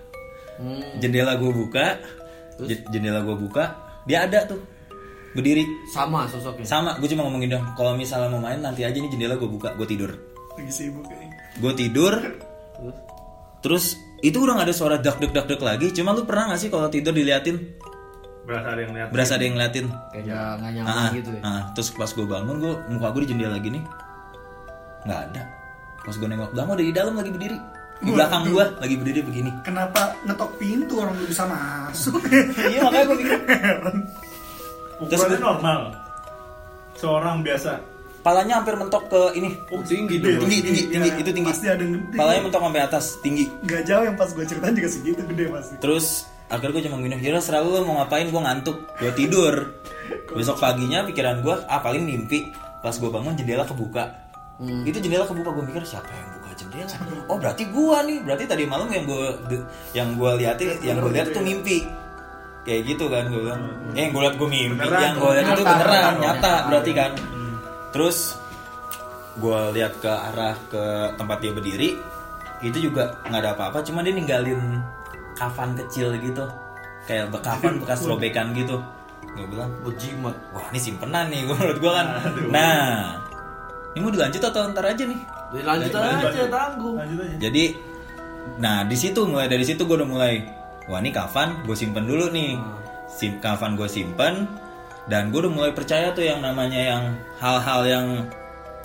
buka, dia ada tuh berdiri. Sama sosoknya. Sama, gue cuma ngomongin dong, kalau misalnya mau main nanti aja nih, jendela gue buka, gue tidur. Lagi sibuk kayaknya. Gue tidur. Terus itu udah gak ada suara dak lagi. Cuma lu pernah gak sih kalau tidur diliatin? Berasa ada yang ngeliatin. Kayak gak nyaman gitu ya. Terus pas gue bangun, muka gue di jendela gini, gak ada. Pas gue nengok belakang, udah di dalam lagi berdiri. Di belakang gue lagi berdiri begini. Kenapa ngetok pintu orang udah bisa masuk? Iya makanya gue mikir. Ukurannya normal. Seorang biasa. Palanya hampir mentok ke ini. Tinggi Itu tinggi. Pasti ada yang gede. Palanya mentok sampai atas, tinggi. Gak jauh yang pas gue ceritain juga segitu gede pasti. Terus akhirnya gue cuma gini, yaudah selalu lo mau ngapain, gue ngantuk, gue tidur. Besok paginya pikiran gue, paling mimpi. Pas gue bangun jendela kebuka. Itu jendela kebuka, gue mikir siapa yang buka jendela? Oh berarti gue nih, berarti tadi malam yang gue lihat itu mimpi. Kayak gitu kan gue bilang. Yang gue lihat gue mimpi, yang gue lihat itu beneran, nyata berarti kan. Terus gue lihat ke arah ke tempat dia berdiri, itu juga nggak ada apa-apa, cuma dia ninggalin kafan kecil gitu, kayak kafan bekas robekan gitu. Gue bilang, berjimat. Wah ini simpenan nih, menurut gue kan. Nah, ini mau dilanjut atau ntar aja nih? Lanjut aja, tanggung. Jadi, nah dari situ gue udah mulai, wah ini kafan gue simpen dulu nih. Kafan gue simpen. Dan gue udah mulai percaya tuh yang namanya yang hal-hal yang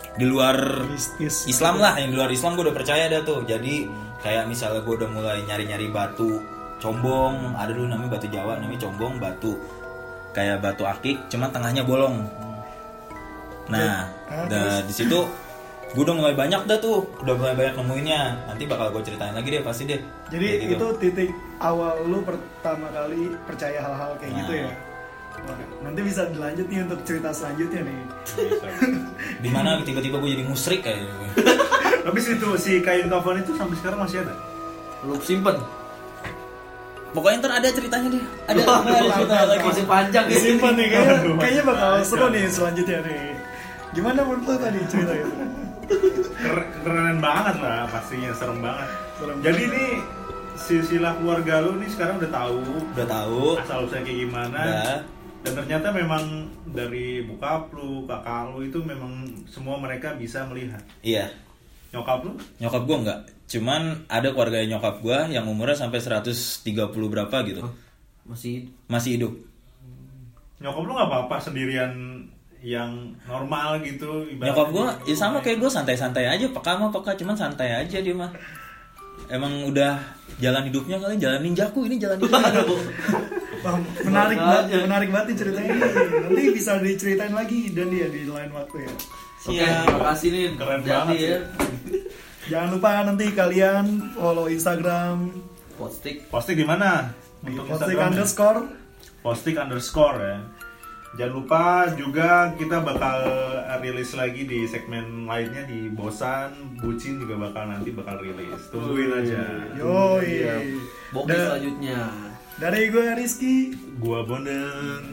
di luar Mistis. Islam lah, yang di luar Islam gue udah percaya dah tuh. Jadi kayak misalnya gue udah mulai nyari-nyari batu combong, ada dulu namanya batu Jawa namanya combong, batu kayak batu akik cuman tengahnya bolong. Nah di situ gue udah mulai banyak dah tuh, udah mulai banyak nemuinnya. Nanti bakal gue ceritain lagi deh pasti deh. Jadi kayak gitu. itu titik awal lu pertama kali percaya hal-hal kayak gitu ya. Wah, nanti bisa dilanjut nih untuk cerita selanjutnya nih. Dimana tiba-tiba gue jadi musyrik kayak gitu. Tapi situ si kain kafan itu sampai sekarang masih ada. Lu simpen. Pokoknya ntar ada ceritanya deh. Ada cerita lagi. Masih panjang ya. Disimpan nih kayaknya bakal seru nih selanjutnya nih. Gimana menurut lu tadi cerita itu? Keren banget lah pastinya, serem banget. Serem Jadi nih silsilah keluarga lu nih sekarang udah tahu asal usulnya kayak gimana. Udah. Dan ternyata memang dari bokap lu, kakak lu itu memang semua mereka bisa melihat. Iya. Nyokap lu? Nyokap gue enggak. Cuman ada keluarga nyokap gue yang umurnya sampai 130 berapa gitu. Masih hidup. Nyokap lu nggak apa-apa sendirian yang normal gitu? Nyokap gue ya sama kayak gue, santai-santai aja. Peka cuman santai aja dia mah. Emang udah jalan hidupnya kali, jalan ninjaku ini jalan hidupnya. Wah, menarik banget nih ceritanya ini. Nanti bisa diceritain lagi dan dia di lain waktu ya. Siap, terima kasih nih. Keren Jadi banget ya. Jangan lupa nanti kalian follow Instagram Postik di mana? di Untuk postik Instagramnya? _ __ ya. Jangan lupa juga kita bakal rilis lagi di segmen lainnya di Bosan, Bucin juga bakal rilis. Tungguin aja. Yoi. Bokis selanjutnya. Dari gue Rizky. Gua Bondan.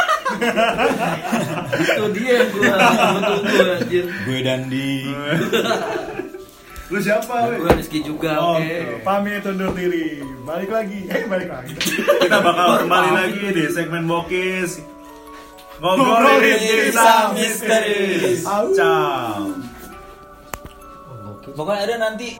Itu dia yang gue tunggu anjir. Gue Dandi. Lu siapa? Gue Rizky juga. Oh, Oke. Pamit undur diri. Balik lagi. Kita bakal kembali lagi di segmen Bokis. Ngobrolin kisah misteri. Au. Ciao. Pokoknya ada nanti